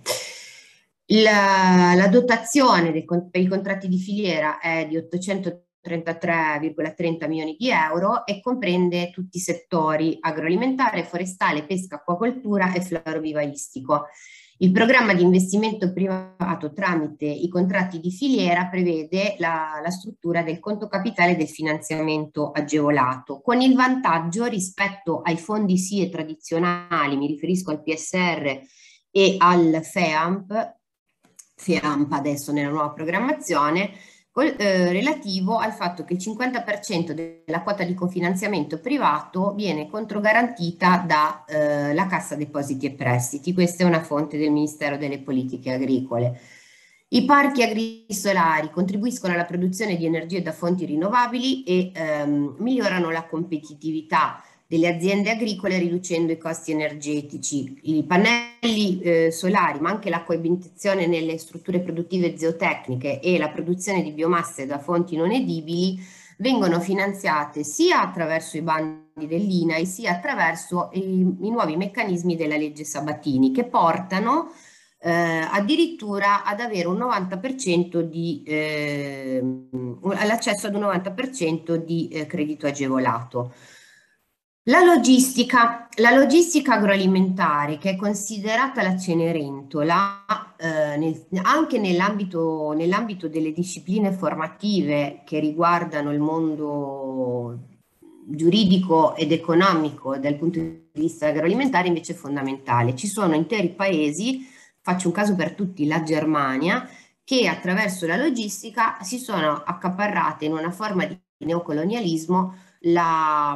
La, la dotazione dei, per i contratti di filiera è di ottocentotrentatré virgola trenta milioni di euro e comprende tutti i settori: agroalimentare, forestale, pesca, acquacoltura e florovivaistico. Il programma di investimento privato tramite i contratti di filiera prevede la, la struttura del conto capitale del finanziamento agevolato, con il vantaggio rispetto ai fondi S I E tradizionali, mi riferisco al P S R e al FEAMP, FEAMP adesso nella nuova programmazione, Col, eh, relativo al fatto che il cinquanta per cento della quota di cofinanziamento privato viene controgarantita dalla eh, Cassa Depositi e Prestiti. Questa è una fonte del Ministero delle Politiche Agricole. I parchi agrisolari contribuiscono alla produzione di energie da fonti rinnovabili e ehm, migliorano la competitività delle aziende agricole riducendo i costi energetici. I pannelli eh, solari, ma anche la coabitazione nelle strutture produttive zootecniche e la produzione di biomasse da fonti non edibili vengono finanziate sia attraverso i bandi dell'I N A I sia attraverso i, i nuovi meccanismi della legge Sabatini, che portano eh, addirittura ad avere un novanta per cento di eh, all'accesso ad un novanta per cento di eh, credito agevolato. La logistica, la logistica agroalimentare, che è considerata la Cenerentola, eh, nel, anche nell'ambito nell'ambito delle discipline formative che riguardano il mondo giuridico ed economico dal punto di vista agroalimentare, invece è fondamentale. Ci sono interi paesi, faccio un caso per tutti, la Germania, che attraverso la logistica si sono accaparrate in una forma di neocolonialismo la,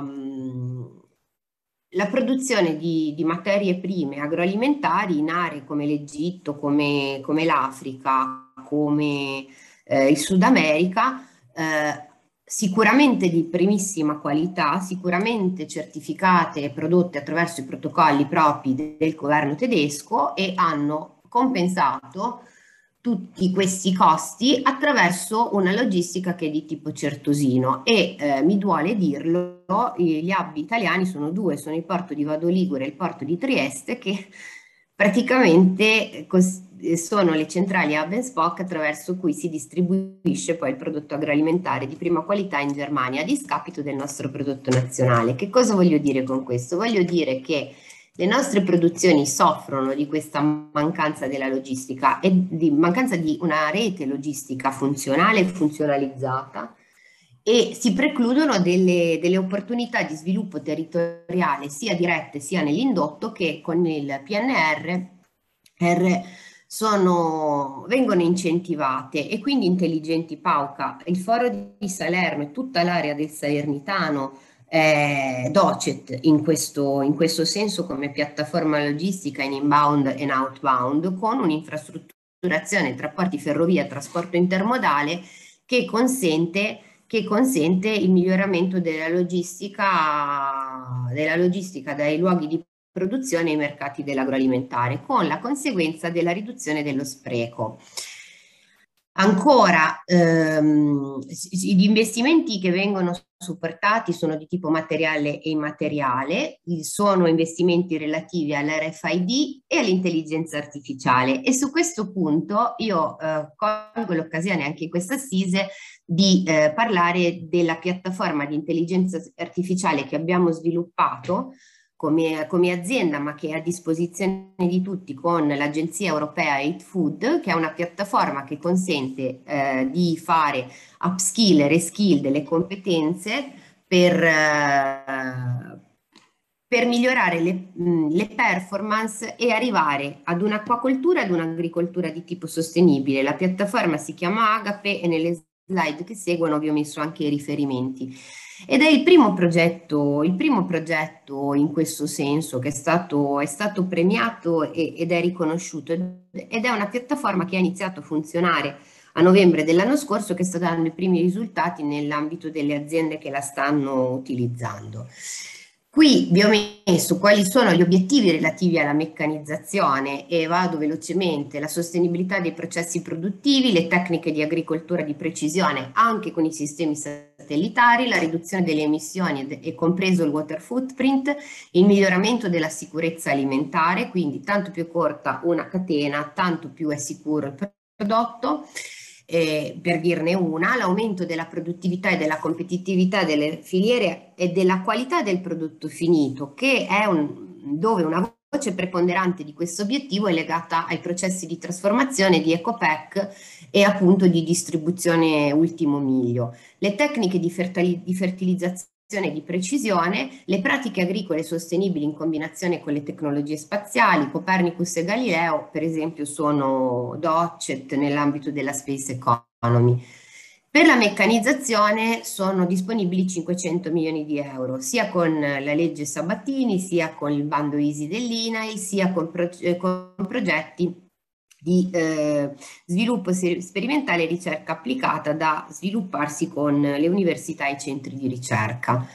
la produzione di, di materie prime agroalimentari in aree come l'Egitto, come, come l'Africa, come eh, il Sud America, eh, sicuramente di primissima qualità, sicuramente certificate e prodotte attraverso i protocolli propri del governo tedesco, e hanno compensato tutti questi costi attraverso una logistica che è di tipo certosino. E eh, mi duole dirlo, gli hub italiani sono due, sono il porto di Vado Ligure e il porto di Trieste, che praticamente sono le centrali hub and spoke attraverso cui si distribuisce poi il prodotto agroalimentare di prima qualità in Germania, a discapito del nostro prodotto nazionale. Che cosa voglio dire con questo? Voglio dire che le nostre produzioni soffrono di questa mancanza della logistica e di mancanza di una rete logistica funzionale e funzionalizzata, e si precludono delle, delle opportunità di sviluppo territoriale sia dirette sia nell'indotto, che con il P N R R sono, vengono incentivate. E quindi Intelligenti Pauca, il foro di Salerno e tutta l'area del Salernitano, Eh, Docet in questo, in questo senso come piattaforma logistica in inbound e outbound, con un'infrastrutturazione tra porti, ferrovia, trasporto intermodale che consente, che consente il miglioramento della logistica, della logistica dai luoghi di produzione ai mercati dell'agroalimentare, con la conseguenza della riduzione dello spreco. Ancora, ehm, gli investimenti che vengono supportati sono di tipo materiale e immateriale, sono investimenti relativi all'R F I D e all'intelligenza artificiale, e su questo punto io eh, colgo l'occasione anche in questa assise di eh, parlare della piattaforma di intelligenza artificiale che abbiamo sviluppato Come, come azienda, ma che è a disposizione di tutti con l'Agenzia Europea Eat Food, che è una piattaforma che consente eh, di fare upskill e reskill delle competenze per, eh, per migliorare le, mh, le performance e arrivare ad un'acquacoltura e ad un'agricoltura di tipo sostenibile. La piattaforma si chiama Agape e nelle slide che seguono vi ho messo anche i riferimenti. Ed è il primo progetto, il primo progetto in questo senso che è stato, è stato premiato e, ed è riconosciuto, ed è una piattaforma che ha iniziato a funzionare a novembre dell'anno scorso, che sta dando i primi risultati nell'ambito delle aziende che la stanno utilizzando. Qui vi ho messo quali sono gli obiettivi relativi alla meccanizzazione e vado velocemente: la sostenibilità dei processi produttivi, le tecniche di agricoltura di precisione anche con i sistemi satellitari, la riduzione delle emissioni e compreso il water footprint, il miglioramento della sicurezza alimentare, quindi tanto più corta una catena, tanto più è sicuro il prodotto. Eh, per dirne una, l'aumento della produttività e della competitività delle filiere e della qualità del prodotto finito, che è un, dove una voce preponderante di questo obiettivo è legata ai processi di trasformazione, di ecopack e appunto di distribuzione ultimo miglio. Le tecniche di, fertili, di fertilizzazione di precisione, le pratiche agricole sostenibili in combinazione con le tecnologie spaziali. Copernicus e Galileo, per esempio, sono Docet nell'ambito della space economy. Per la meccanizzazione sono disponibili cinquecento milioni di euro, sia con la legge Sabatini, sia con il bando Easy dell'I N A I, sia con, pro con progetti di eh, sviluppo sperimentale e ricerca applicata da svilupparsi con le università e i centri di ricerca.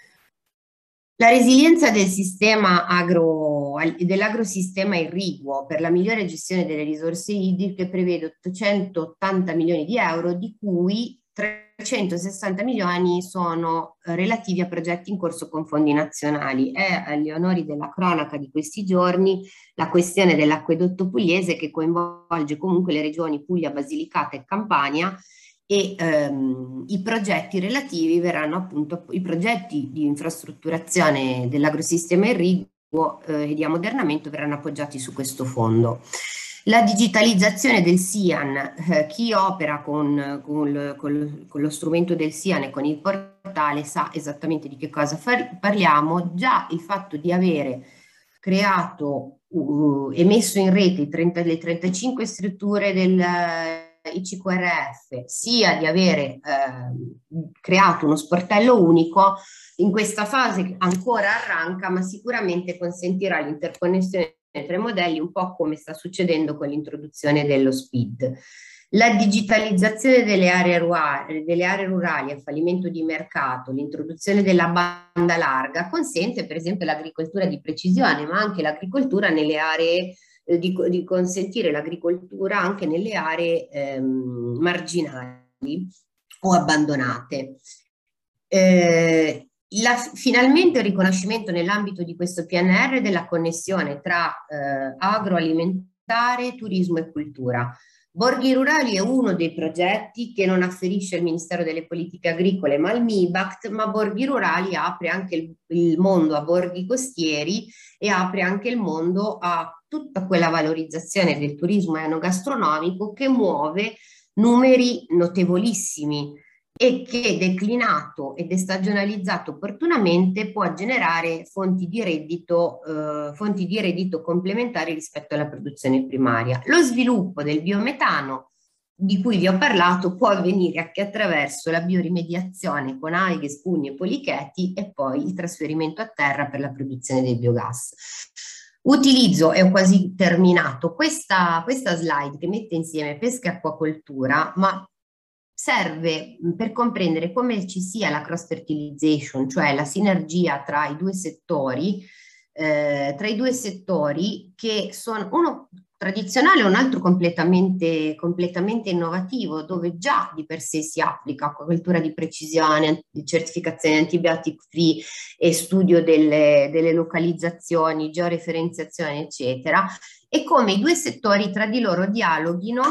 La resilienza del sistema agro, dell'agrosistema irriguo per la migliore gestione delle risorse idriche prevede ottocentottanta milioni di euro, di cui trecentosessanta milioni sono relativi a progetti in corso con fondi nazionali. È agli onori della cronaca di questi giorni la questione dell'acquedotto pugliese, che coinvolge comunque le regioni Puglia, Basilicata e Campania, e ehm, i progetti relativi verranno appunto, i progetti di infrastrutturazione dell'agrosistema irriguo eh, e di ammodernamento verranno appoggiati su questo fondo. La digitalizzazione del SIAN, eh, chi opera con, con, con, con lo strumento del SIAN e con il portale sa esattamente di che cosa far, parliamo. Già il fatto di avere creato uh, e messo in rete i trenta, le trentacinque strutture del I C Q R F, sia di avere eh, creato uno sportello unico, in questa fase ancora arranca, ma sicuramente consentirà l'interconnessione tra i modelli, un po' come sta succedendo con l'introduzione dello SPID. La digitalizzazione delle aree, rurali, delle aree rurali a fallimento di mercato, l'introduzione della banda larga consente per esempio l'agricoltura di precisione, ma anche l'agricoltura nelle aree Di, di consentire l'agricoltura anche nelle aree ehm, marginali o abbandonate. Eh, la, finalmente il riconoscimento nell'ambito di questo P N R R della connessione tra eh, agroalimentare, turismo e cultura. Borghi Rurali è uno dei progetti che non afferisce al Ministero delle Politiche Agricole ma al MIBACT, ma Borghi Rurali apre anche il, il mondo a borghi costieri e apre anche il mondo a tutta quella valorizzazione del turismo enogastronomico che muove numeri notevolissimi e che declinato ed estagionalizzato opportunamente può generare fonti di reddito, eh, fonti di reddito complementari rispetto alla produzione primaria. Lo sviluppo del biometano, di cui vi ho parlato, può avvenire anche attraverso la biorimediazione con alghe, spugne e policheti e poi il trasferimento a terra per la produzione del biogas. Utilizzo, e ho quasi terminato, questa, questa slide che mette insieme pesca e acquacoltura, ma serve per comprendere come ci sia la cross fertilization, cioè la sinergia tra i due settori, eh, tra i due settori che sono uno tradizionale e un altro completamente, completamente innovativo, dove già di per sé si applica acquacoltura di precisione, certificazione antibiotic free e studio delle, delle localizzazioni, georeferenziazione, eccetera, e come i due settori tra di loro dialoghino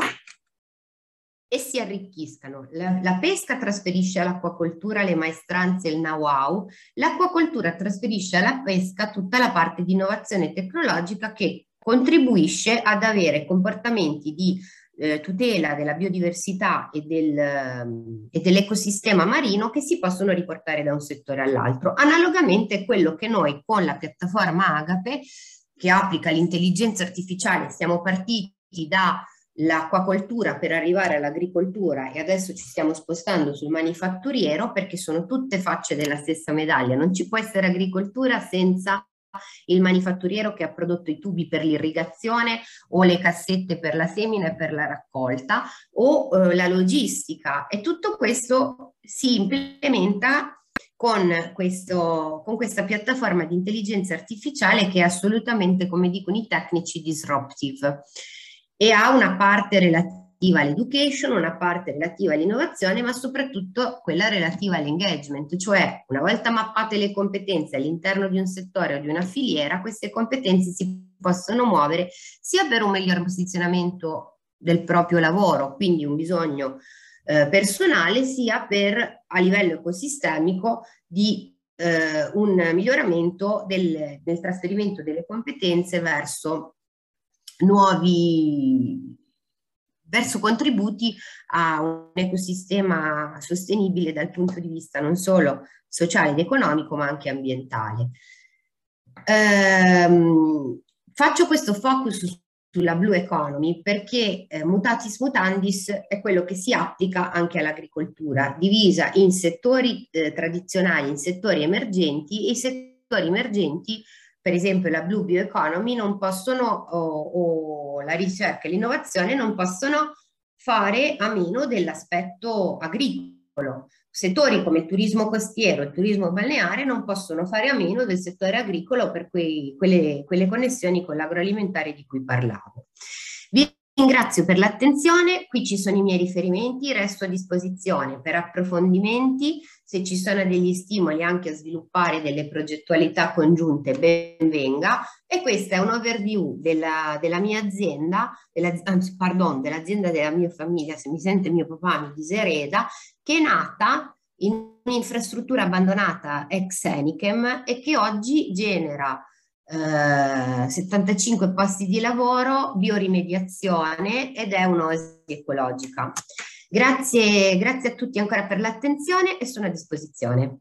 e si arricchiscano. La, la pesca trasferisce all'acquacoltura le maestranze e il know-how, l'acquacoltura trasferisce alla pesca tutta la parte di innovazione tecnologica che contribuisce ad avere comportamenti di eh, tutela della biodiversità e, del, um, e dell'ecosistema marino che si possono riportare da un settore all'altro. Analogamente quello che noi con la piattaforma Agape, che applica l'intelligenza artificiale, siamo partiti da l'acquacoltura per arrivare all'agricoltura e adesso ci stiamo spostando sul manifatturiero, perché sono tutte facce della stessa medaglia. Non ci può essere agricoltura senza il manifatturiero che ha prodotto i tubi per l'irrigazione o le cassette per la semina e per la raccolta o eh, la logistica, e tutto questo si implementa con, questo, con questa piattaforma di intelligenza artificiale che è assolutamente, come dicono i tecnici, disruptive. E ha una parte relativa all'education, una parte relativa all'innovazione, ma soprattutto quella relativa all'engagement, cioè una volta mappate le competenze all'interno di un settore o di una filiera, queste competenze si possono muovere sia per un miglior posizionamento del proprio lavoro, quindi un bisogno eh, personale, sia per a livello ecosistemico di eh, un miglioramento del, del trasferimento delle competenze verso nuovi, verso contributi a un ecosistema sostenibile dal punto di vista non solo sociale ed economico ma anche ambientale. Ehm, faccio questo focus sulla Blue Economy perché eh, mutatis mutandis è quello che si applica anche all'agricoltura, divisa in settori eh, tradizionali, in settori emergenti, e i settori emergenti per esempio la Blue Bioeconomy non possono, o, o la ricerca e l'innovazione non possono fare a meno dell'aspetto agricolo. Settori come il turismo costiero e il turismo balneare non possono fare a meno del settore agricolo per quei, quelle, quelle connessioni con l'agroalimentare di cui parlavo. Vi ringrazio per l'attenzione, qui ci sono i miei riferimenti, resto a disposizione per approfondimenti, se ci sono degli stimoli anche a sviluppare delle progettualità congiunte ben venga, e questa è un overview della, della mia azienda, della, anzi, pardon, dell'azienda della mia famiglia, se mi sente mio papà mi disereda, che è nata in un'infrastruttura abbandonata ex Enichem e che oggi genera eh, settantacinque posti di lavoro, biorimediazione ed è un'oasi ecologica. Grazie, grazie a tutti ancora per l'attenzione e sono a disposizione.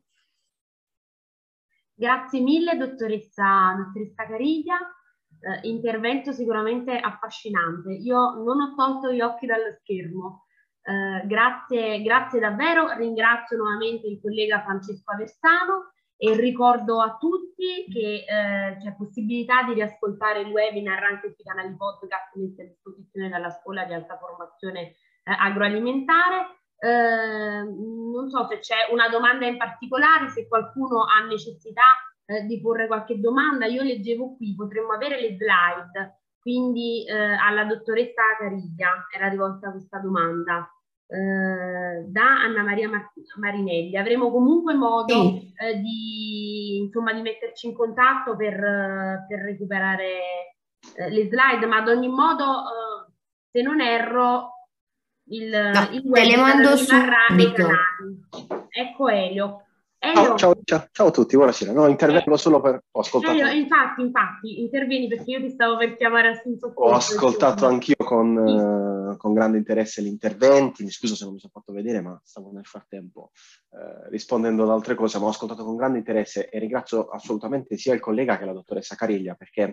Grazie mille dottoressa, dottoressa Cariglia, eh, intervento sicuramente affascinante. Io non ho tolto gli occhi dallo schermo. Eh, grazie, grazie davvero, ringrazio nuovamente il collega Francesco Aversano e ricordo a tutti che eh, c'è possibilità di riascoltare il webinar anche sui canali podcast messi a disposizione dalla Scuola di Alta Formazione eh, Agroalimentare. Eh, non so se c'è una domanda in particolare, se qualcuno ha necessità eh, di porre qualche domanda. Io leggevo qui, potremmo avere le slide, quindi eh, alla dottoressa Cariglia era rivolta questa domanda eh, da Anna Maria Mar Marinelli. Avremo comunque modo sì. eh, di, insomma, di metterci in contatto per, uh, per recuperare uh, le slide, ma ad ogni modo, uh, se non erro, il,
no,
il web
te le mando
rimarrà nei
subito.
canali. Ecco Elio.
Ciao, ciao, ciao, ciao a tutti, buonasera. No, intervengo eh, solo per... Ho ascoltato...
Elio, infatti, infatti, intervieni perché io ti stavo per chiamare a senso
Ho ascoltato anch'io con, sì. uh, con grande interesse gli interventi, mi scuso se non mi sono fatto vedere, ma stavo nel frattempo uh, rispondendo ad altre cose, ma ho ascoltato con grande interesse e ringrazio assolutamente sia il collega che la dottoressa Cariglia, perché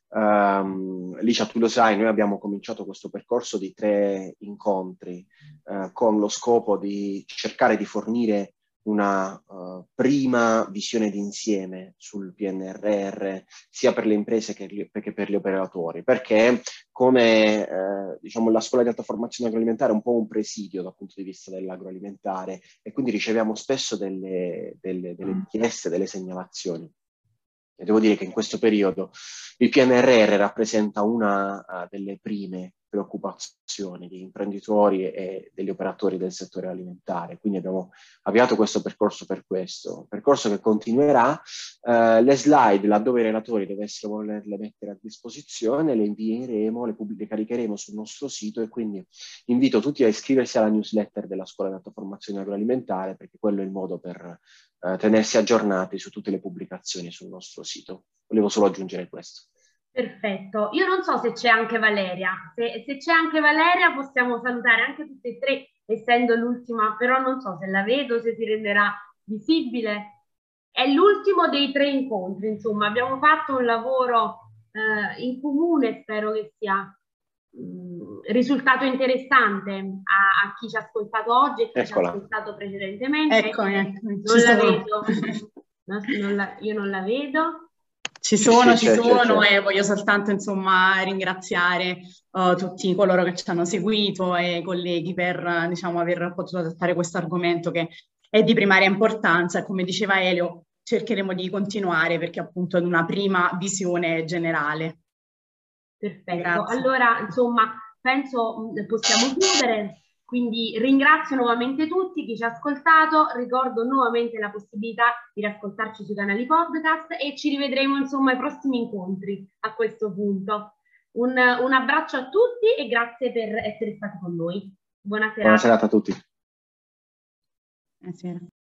um, Licia, tu lo sai, noi abbiamo cominciato questo percorso di tre incontri uh, con lo scopo di cercare di fornire una uh, prima visione d'insieme sul P N R R sia per le imprese che, che per gli operatori, perché come eh, diciamo la scuola di alta formazione agroalimentare è un po' un presidio dal punto di vista dell'agroalimentare e quindi riceviamo spesso delle, delle, delle richieste, delle segnalazioni. E devo dire che in questo periodo il P N R R rappresenta una uh, delle prime preoccupazioni di imprenditori e degli operatori del settore alimentare. Quindi abbiamo avviato questo percorso per questo, percorso che continuerà. Uh, le slide, laddove i relatori dovessero volerle mettere a disposizione, le invieremo, le, le caricheremo sul nostro sito e quindi invito tutti a iscriversi alla newsletter della Scuola di Alta Formazione Agroalimentare, perché quello è il modo per uh, tenersi aggiornati su tutte le pubblicazioni sul nostro sito. Volevo solo aggiungere questo.
Perfetto, io non so se c'è anche Valeria, se, se c'è anche Valeria possiamo salutare anche tutte e tre, essendo l'ultima, però non so se la vedo, se si renderà visibile. È l'ultimo dei tre incontri, insomma, abbiamo fatto un lavoro eh, in comune, spero che sia mh, risultato interessante a, a chi ci ha ascoltato oggi e chi Eccola. ci ha ascoltato precedentemente.
Eccomi, eccomi.
Non la vedo, no, non la, io non la vedo.
Ci sono, sì, ci sono c'è, c'è. E voglio soltanto insomma ringraziare uh, tutti coloro che ci hanno seguito e i colleghi per diciamo aver potuto trattare questo argomento che è di primaria importanza e come diceva Elio cercheremo di continuare perché appunto è una prima visione generale.
Perfetto, Grazie. Allora insomma penso possiamo chiudere. Quindi ringrazio nuovamente tutti chi ci ha ascoltato, ricordo nuovamente la possibilità di riascoltarci sui canali podcast e ci rivedremo insomma ai prossimi incontri a questo punto. Un, un abbraccio a tutti e grazie per essere stati con noi. Buona serata.
Buona serata a tutti.
Buonasera.